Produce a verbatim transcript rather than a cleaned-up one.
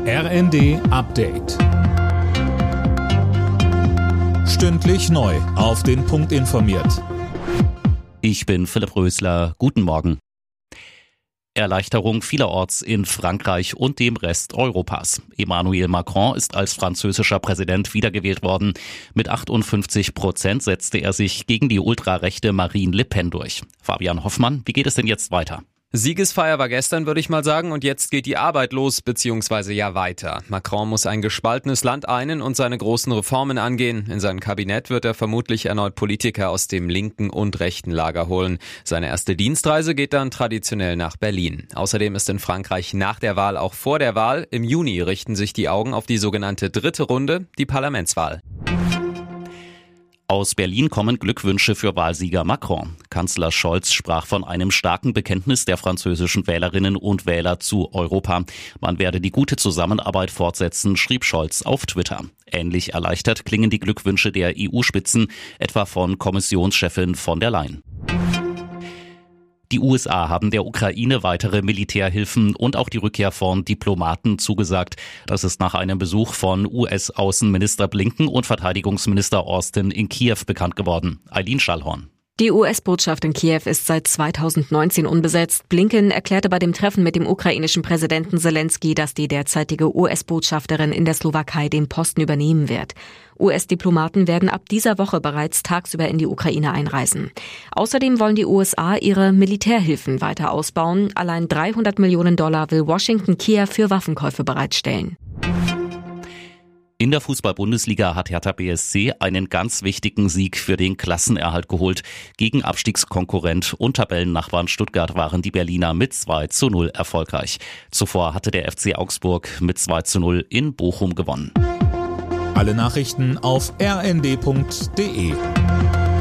R N D Update. Stündlich neu auf den Punkt informiert. Ich bin Philipp Rösler. Guten Morgen. Erleichterung vielerorts in Frankreich und dem Rest Europas. Emmanuel Macron ist als französischer Präsident wiedergewählt worden. Mit achtundfünfzig Prozent setzte er sich gegen die ultrarechte Marine Le Pen durch. Fabian Hoffmann, wie geht es denn jetzt weiter? Siegesfeier war gestern, würde ich mal sagen, und jetzt geht die Arbeit los, beziehungsweise ja weiter. Macron muss ein gespaltenes Land einen und seine großen Reformen angehen. In sein Kabinett wird er vermutlich erneut Politiker aus dem linken und rechten Lager holen. Seine erste Dienstreise geht dann traditionell nach Berlin. Außerdem ist in Frankreich nach der Wahl auch vor der Wahl. Im Juni richten sich die Augen auf die sogenannte dritte Runde, die Parlamentswahl. Aus Berlin kommen Glückwünsche für Wahlsieger Macron. Kanzler Scholz sprach von einem starken Bekenntnis der französischen Wählerinnen und Wähler zu Europa. Man werde die gute Zusammenarbeit fortsetzen, schrieb Scholz auf Twitter. Ähnlich erleichtert klingen die Glückwünsche der E U-Spitzen, etwa von Kommissionschefin von der Leyen. Die U S A haben der Ukraine weitere Militärhilfen und auch die Rückkehr von Diplomaten zugesagt. Das ist nach einem Besuch von U S-Außenminister Blinken und Verteidigungsminister Austin in Kiew bekannt geworden. Eileen Schallhorn. Die U S-Botschaft in Kiew ist seit zweitausendneunzehn unbesetzt. Blinken erklärte bei dem Treffen mit dem ukrainischen Präsidenten Zelensky, dass die derzeitige U S-Botschafterin in der Slowakei den Posten übernehmen wird. U S-Diplomaten werden ab dieser Woche bereits tagsüber in die Ukraine einreisen. Außerdem wollen die U S A ihre Militärhilfen weiter ausbauen. Allein dreihundert Millionen Dollar will Washington Kiew für Waffenkäufe bereitstellen. In der Fußball-Bundesliga hat Hertha B S C einen ganz wichtigen Sieg für den Klassenerhalt geholt. Gegen Abstiegskonkurrent und Tabellennachbarn Stuttgart waren die Berliner mit zwei zu null erfolgreich. Zuvor hatte der F C Augsburg mit zwei zu null in Bochum gewonnen. Alle Nachrichten auf r n d punkt d e.